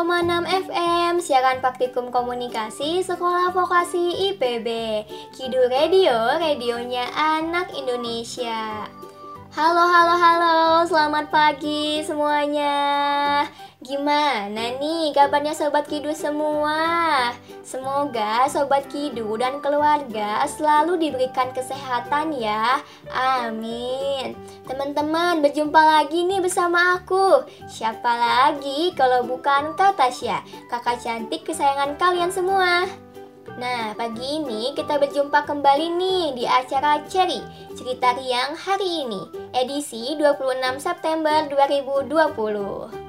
105,6 FM, siaran praktikum komunikasi Sekolah Vokasi IPB. Kidu Radio, radionya anak Indonesia. Halo, selamat pagi semuanya. Gimana nih kabarnya Sobat Kidu semua? Semoga Sobat Kidu dan keluarga selalu diberikan kesehatan ya. Amin. Teman-teman, berjumpa lagi nih bersama aku. Siapa lagi kalau bukan Kak Tasya, kakak cantik kesayangan kalian semua. Nah, pagi ini kita berjumpa kembali nih di acara Cherry, Cerita Riang hari ini, edisi 26 September 2020.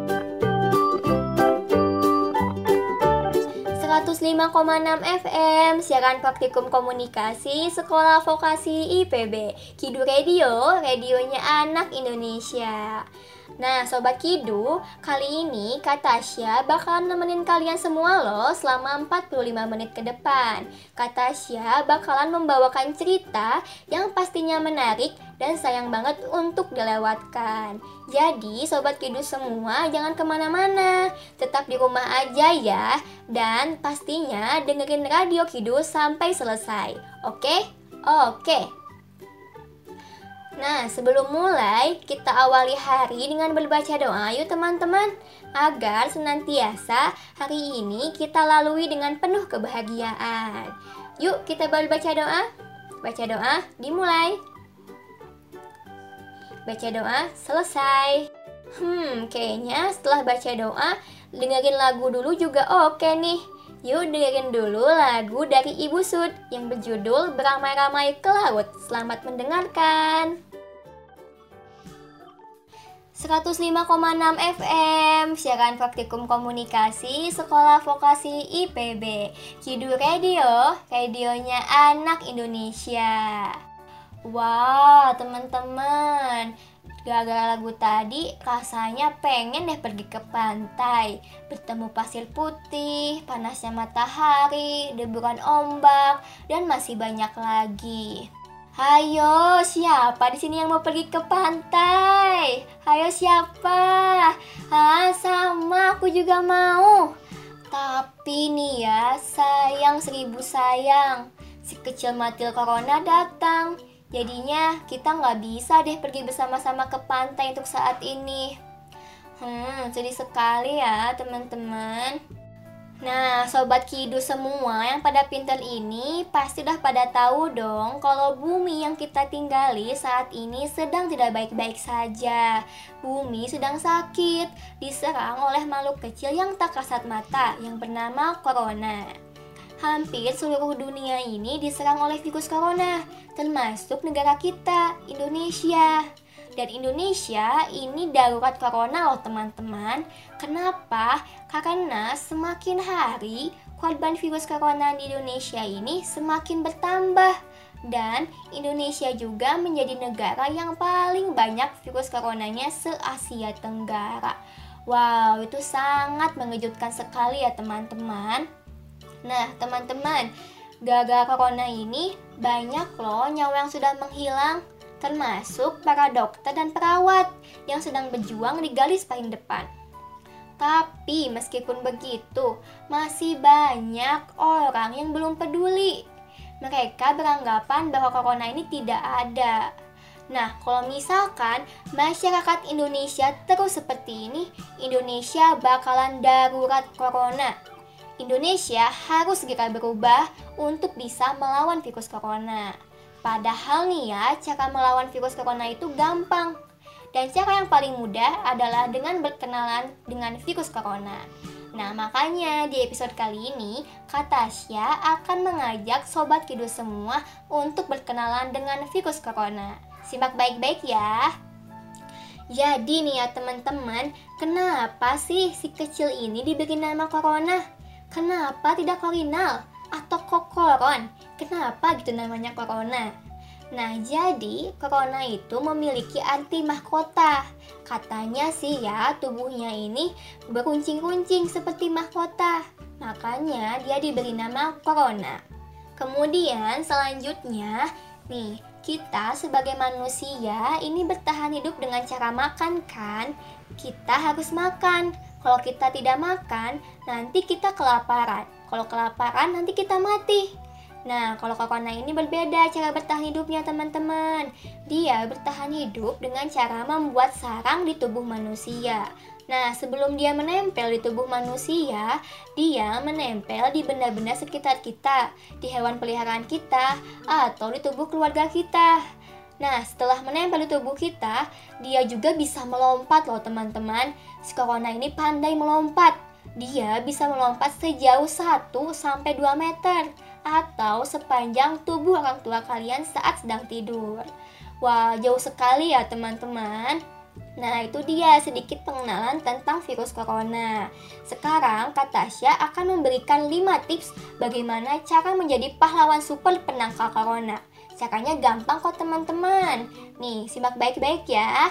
105,6 FM, siaran praktikum komunikasi Sekolah Vokasi IPB. Kidu Radio, radionya anak Indonesia. Nah, Sobat Kidu, kali ini Kak Tasya bakalan nemenin kalian semua loh selama 45 menit ke depan. Kak Tasya bakalan membawakan cerita yang pastinya menarik dan sayang banget untuk dilewatkan. Jadi, Sobat Kidu semua jangan kemana-mana, tetap di rumah aja ya. Dan pastinya dengerin Radio Kidu sampai selesai. Oke? Oke. Nah, sebelum mulai, kita awali hari dengan berbaca doa yuk teman-teman, agar senantiasa hari ini kita lalui dengan penuh kebahagiaan. Yuk kita berbaca doa. Baca doa dimulai. Baca doa selesai. Kayaknya setelah baca doa, dengerin lagu dulu juga oke nih. Yuk dengerin dulu lagu dari Ibu Sud yang berjudul Beramai-ramai ke Laut. Selamat mendengarkan. 105,6 FM, siaran praktikum komunikasi Sekolah Vokasi IPB. Kidu Radio, radionya anak Indonesia. Wah, teman-teman, gara-gara lagu tadi rasanya pengen deh pergi ke pantai, bertemu pasir putih, panasnya matahari, deburan ombak, dan masih banyak lagi. Hayo, siapa di sini yang mau pergi ke pantai? Hayo siapa? Sama, aku juga mau. Tapi nih ya, sayang seribu sayang, si kecil matil corona datang. Jadinya kita nggak bisa deh pergi bersama-sama ke pantai untuk saat ini. Sedih sekali ya teman-teman. Nah, Sobat Kidu semua yang pada pinter ini pasti udah pada tahu dong kalau bumi yang kita tinggali saat ini sedang tidak baik-baik saja. Bumi sedang sakit, diserang oleh makhluk kecil yang tak kasat mata yang bernama corona. Hampir seluruh dunia ini diserang oleh virus corona, termasuk negara kita, Indonesia. Dan Indonesia ini darurat corona loh teman-teman. Kenapa? Karena semakin hari korban virus corona di Indonesia ini semakin bertambah. Dan Indonesia juga menjadi negara yang paling banyak virus coronanya se-Asia Tenggara. Wow, itu sangat mengejutkan sekali ya teman-teman. Nah teman-teman, gara-gara corona ini banyak loh nyawa yang sudah menghilang, termasuk para dokter dan perawat yang sedang berjuang di garis paling depan. Tapi meskipun begitu, masih banyak orang yang belum peduli. Mereka beranggapan bahwa corona ini tidak ada. Nah, kalau misalkan masyarakat Indonesia terus seperti ini, Indonesia bakalan darurat corona. Indonesia harus segera berubah untuk bisa melawan virus corona. Padahal nih ya, cara melawan virus corona itu gampang. Dan cara yang paling mudah adalah dengan berkenalan dengan virus corona. Nah, makanya di episode kali ini, Kak Tasya akan mengajak Sobat Kidu semua untuk berkenalan dengan virus corona. Simak baik-baik ya. Jadi nih ya teman-teman, kenapa sih si kecil ini diberi nama corona? Kenapa tidak korinal atau kokoron? Kenapa gitu namanya corona? Nah, jadi corona itu memiliki arti mahkota. Katanya sih ya, tubuhnya ini beruncing-runcing seperti mahkota. Makanya dia diberi nama corona. Kemudian selanjutnya, nih, kita sebagai manusia ini bertahan hidup dengan cara makan kan? Kita harus makan. Kalau kita tidak makan, nanti kita kelaparan. Kalau kelaparan, nanti kita mati. Nah, kalau corona ini berbeda cara bertahan hidupnya teman-teman. Dia bertahan hidup dengan cara membuat sarang di tubuh manusia. Nah, sebelum dia menempel di tubuh manusia, dia menempel di benda-benda sekitar kita, di hewan peliharaan kita, atau di tubuh keluarga kita. Nah, setelah menempel di tubuh kita, dia juga bisa melompat loh teman-teman. Si corona ini pandai melompat. Dia bisa melompat sejauh 1-2 meter atau sepanjang tubuh orang tua kalian saat sedang tidur. Wah, jauh sekali ya teman-teman. Nah, itu dia sedikit pengenalan tentang virus corona. Sekarang Kak Tasya akan memberikan 5 tips bagaimana cara menjadi pahlawan super penangkal corona. Caranya gampang kok teman-teman. Nih, simak baik-baik ya.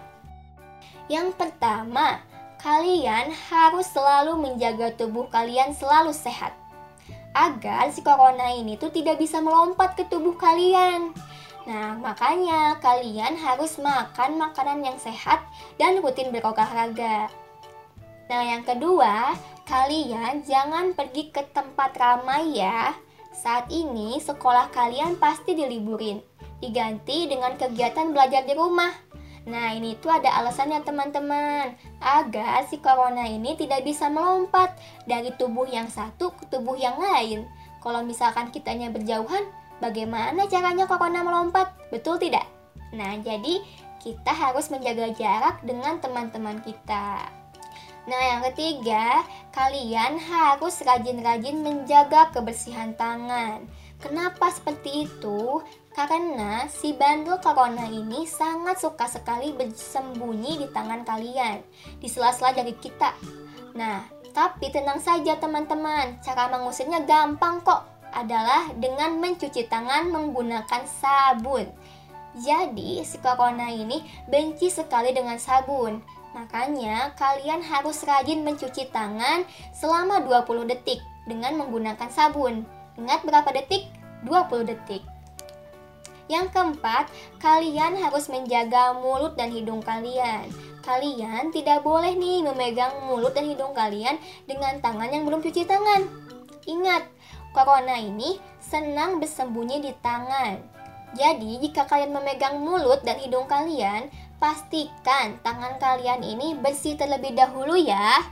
Yang pertama, kalian harus selalu menjaga tubuh kalian selalu sehat, agar si corona ini tuh tidak bisa melompat ke tubuh kalian. Nah, makanya kalian harus makan makanan yang sehat dan rutin berolahraga. Nah, yang kedua, kalian jangan pergi ke tempat ramai ya. Saat ini sekolah kalian pasti diliburin, diganti dengan kegiatan belajar di rumah. Nah, ini tuh ada alasannya teman-teman, agar si corona ini tidak bisa melompat dari tubuh yang satu ke tubuh yang lain. Kalau misalkan kitanya berjauhan, bagaimana caranya corona melompat? Betul tidak? Nah, jadi kita harus menjaga jarak dengan teman-teman kita. Nah, yang ketiga, kalian harus rajin-rajin menjaga kebersihan tangan. Kenapa seperti itu? Karena si bandel corona ini sangat suka sekali bersembunyi di tangan kalian, di sela-sela jari kita. Nah, tapi tenang saja teman-teman, cara mengusirnya gampang kok, adalah dengan mencuci tangan menggunakan sabun. Jadi, si corona ini benci sekali dengan sabun. Makanya, kalian harus rajin mencuci tangan selama 20 detik dengan menggunakan sabun. Ingat berapa detik? 20 detik. Yang keempat, kalian harus menjaga mulut dan hidung kalian. Kalian tidak boleh nih memegang mulut dan hidung kalian dengan tangan yang belum cuci tangan. Ingat, corona ini senang bersembunyi di tangan. Jadi, jika kalian memegang mulut dan hidung kalian, pastikan tangan kalian ini bersih terlebih dahulu ya.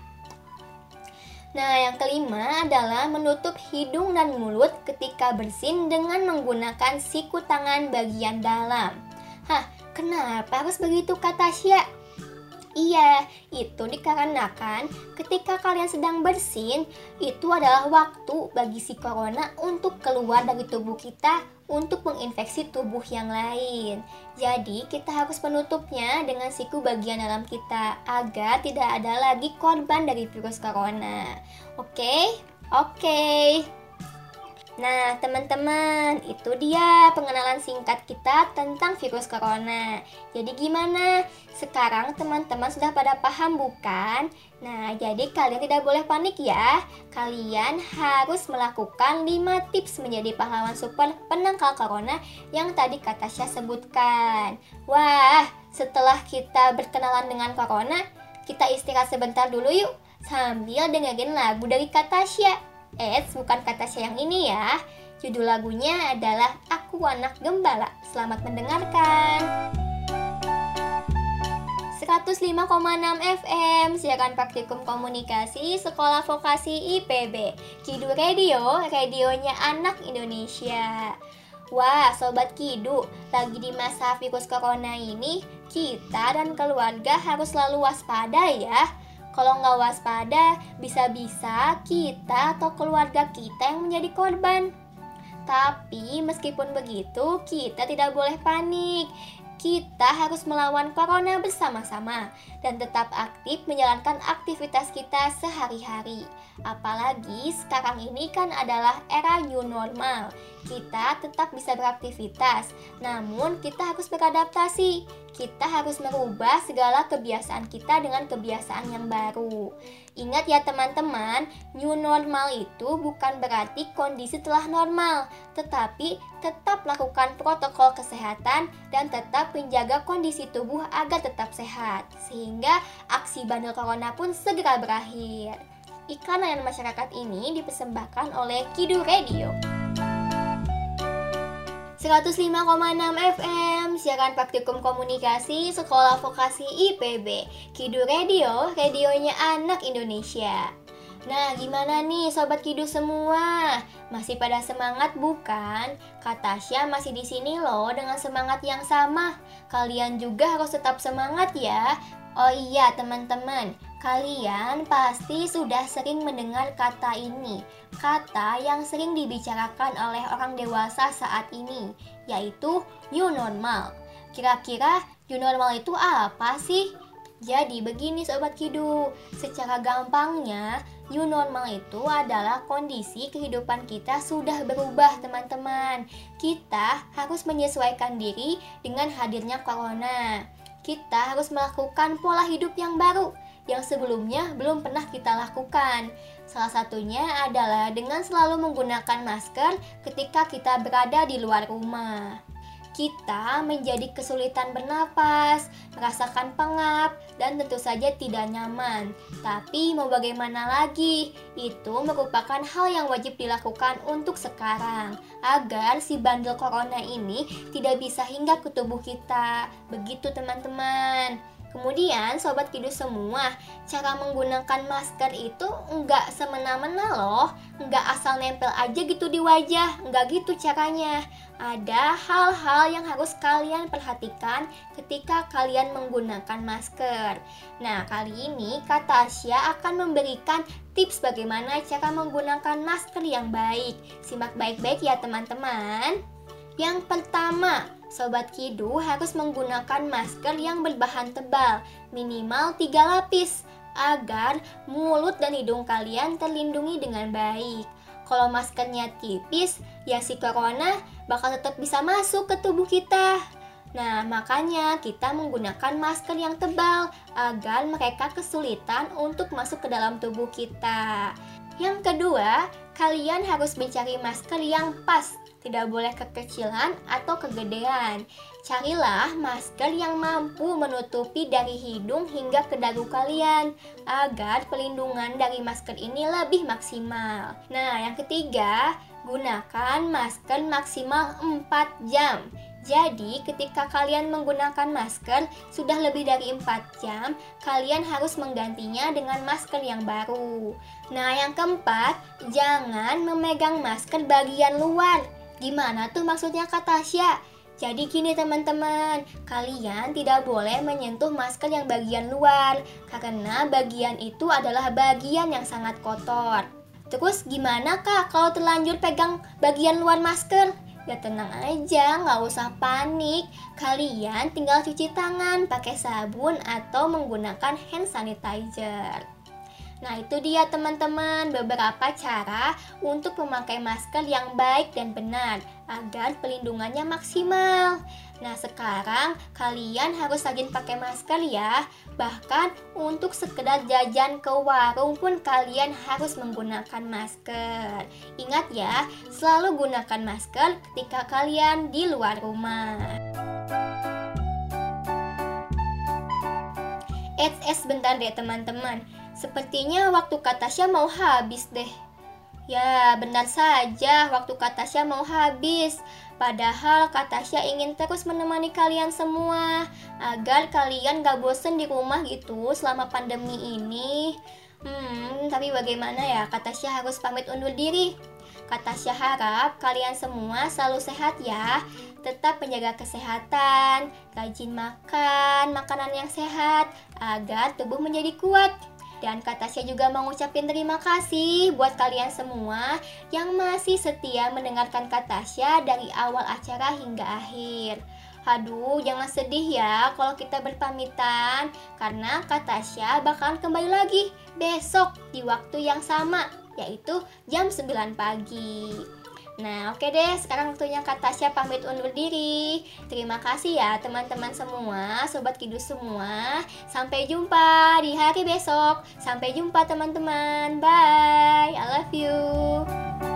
Nah, yang kelima adalah menutup hidung dan mulut ketika bersin dengan menggunakan siku tangan bagian dalam. Hah, kenapa harus begitu Kak Tasya? Iya, itu dikarenakan ketika kalian sedang bersin, itu adalah waktu bagi si corona untuk keluar dari tubuh kita untuk menginfeksi tubuh yang lain. Jadi, kita harus menutupnya dengan siku bagian dalam kita agar tidak ada lagi korban dari virus corona. Oke? Oke. Nah, teman-teman, itu dia pengenalan singkat kita tentang virus corona. Jadi gimana? Sekarang teman-teman sudah pada paham bukan? Nah, jadi kalian tidak boleh panik ya. Kalian harus melakukan 5 tips menjadi pahlawan super penangkal corona yang tadi Kak Tasya sebutkan. Wah, setelah kita berkenalan dengan corona, kita istirahat sebentar dulu yuk sambil dengerin lagu dari Kak Tasya. Bukan Kak Tasya yang ini ya. Judul lagunya adalah Aku Anak Gembala. Selamat mendengarkan. 105,6 FM siaran praktikum komunikasi Sekolah Vokasi IPB. Kidu Radio, radionya anak Indonesia. Wah, Sobat Kidu, lagi di masa virus corona ini, kita dan keluarga harus selalu waspada ya. Kalau nggak waspada, bisa-bisa kita atau keluarga kita yang menjadi korban. Tapi meskipun begitu, kita tidak boleh panik. Kita harus melawan corona bersama-sama dan tetap aktif menjalankan aktivitas kita sehari-hari. Apalagi sekarang ini kan adalah era new normal. Kita tetap bisa beraktivitas, namun kita harus beradaptasi. Kita harus merubah segala kebiasaan kita dengan kebiasaan yang baru. Ingat ya teman-teman, new normal itu bukan berarti kondisi telah normal, tetapi tetap lakukan protokol kesehatan dan tetap menjaga kondisi tubuh agar tetap sehat, sehingga aksi bandel corona pun segera berakhir. Iklan layanan masyarakat ini dipersembahkan oleh Kidu Radio. 105,6 FM, siaran praktikum komunikasi Sekolah Vokasi IPB. Kidu Radio, radionya anak Indonesia. Nah, gimana nih Sobat Kidu semua? Masih pada semangat bukan? Kak Tasya masih di sini loh dengan semangat yang sama. Kalian juga harus tetap semangat ya. Oh iya teman-teman, kalian pasti sudah sering mendengar kata ini, kata yang sering dibicarakan oleh orang dewasa saat ini, yaitu new normal. Kira-kira new normal itu apa sih? Jadi begini Sobat Kidu, secara gampangnya new normal itu adalah kondisi kehidupan kita sudah berubah teman-teman. Kita harus menyesuaikan diri dengan hadirnya corona. Kita harus melakukan pola hidup yang baru yang sebelumnya belum pernah kita lakukan. Salah satunya adalah dengan selalu menggunakan masker ketika kita berada di luar rumah. Kita menjadi kesulitan bernapas, merasakan pengap, dan tentu saja tidak nyaman. Tapi mau bagaimana lagi? Itu merupakan hal yang wajib dilakukan untuk sekarang, agar si bandel corona ini tidak bisa hinggap ke tubuh kita. Begitu teman-teman. Kemudian Sobat Kidu semua, cara menggunakan masker itu enggak semena-mena loh, enggak asal nempel aja gitu di wajah, enggak gitu caranya. Ada hal-hal yang harus kalian perhatikan ketika kalian menggunakan masker. Nah, kali ini Kak Tasya akan memberikan tips bagaimana cara menggunakan masker yang baik. Simak baik-baik ya teman-teman. Yang pertama, Sobat Kidu harus menggunakan masker yang berbahan tebal, minimal 3 lapis, agar mulut dan hidung kalian terlindungi dengan baik. Kalau maskernya tipis, ya si corona bakal tetap bisa masuk ke tubuh kita. Nah, makanya kita menggunakan masker yang tebal, agar mereka kesulitan untuk masuk ke dalam tubuh kita. Yang kedua, kalian harus mencari masker yang pas. Tidak boleh kekecilan atau kegedean. Carilah masker yang mampu menutupi dari hidung hingga ke dagu kalian, agar pelindungan dari masker ini lebih maksimal. Nah, yang ketiga, gunakan masker maksimal 4 jam. Jadi, ketika kalian menggunakan masker sudah lebih dari 4 jam, kalian harus menggantinya dengan masker yang baru. Nah, yang keempat, jangan memegang masker bagian luar. Gimana tuh maksudnya Kak Tasya? Jadi gini teman-teman, kalian tidak boleh menyentuh masker yang bagian luar, karena bagian itu adalah bagian yang sangat kotor. Terus gimana Kak kalau terlanjur pegang bagian luar masker? Ya tenang aja, nggak usah panik. Kalian tinggal cuci tangan pakai sabun atau menggunakan hand sanitizer. Nah, itu dia teman-teman beberapa cara untuk memakai masker yang baik dan benar agar pelindungannya maksimal. Nah, sekarang kalian harus rajin pakai masker ya. Bahkan untuk sekedar jajan ke warung pun kalian harus menggunakan masker. Ingat ya, selalu gunakan masker ketika kalian di luar rumah. Bentar deh teman-teman. Sepertinya waktu Kak Tasya mau habis deh. Ya, benar saja waktu Kak Tasya mau habis. Padahal Kak Tasya ingin terus menemani kalian semua, agar kalian gak bosen di rumah gitu selama pandemi ini. Tapi bagaimana ya, Kak Tasya harus pamit undur diri. Kak Tasya harap kalian semua selalu sehat ya. Tetap menjaga kesehatan, rajin makan makanan yang sehat, agar tubuh menjadi kuat. Dan Kak Tasya juga mengucapkan terima kasih buat kalian semua yang masih setia mendengarkan Kak Tasya dari awal acara hingga akhir. Aduh, jangan sedih ya kalau kita berpamitan, karena Kak Tasya bakalan kembali lagi besok di waktu yang sama, yaitu jam 9 pagi. Nah, oke deh, sekarang waktunya Kak Tasya pamit undur diri. Terima kasih ya teman-teman semua, Sobat Kidus semua. Sampai jumpa di hari besok. Sampai jumpa teman-teman. Bye. I love you.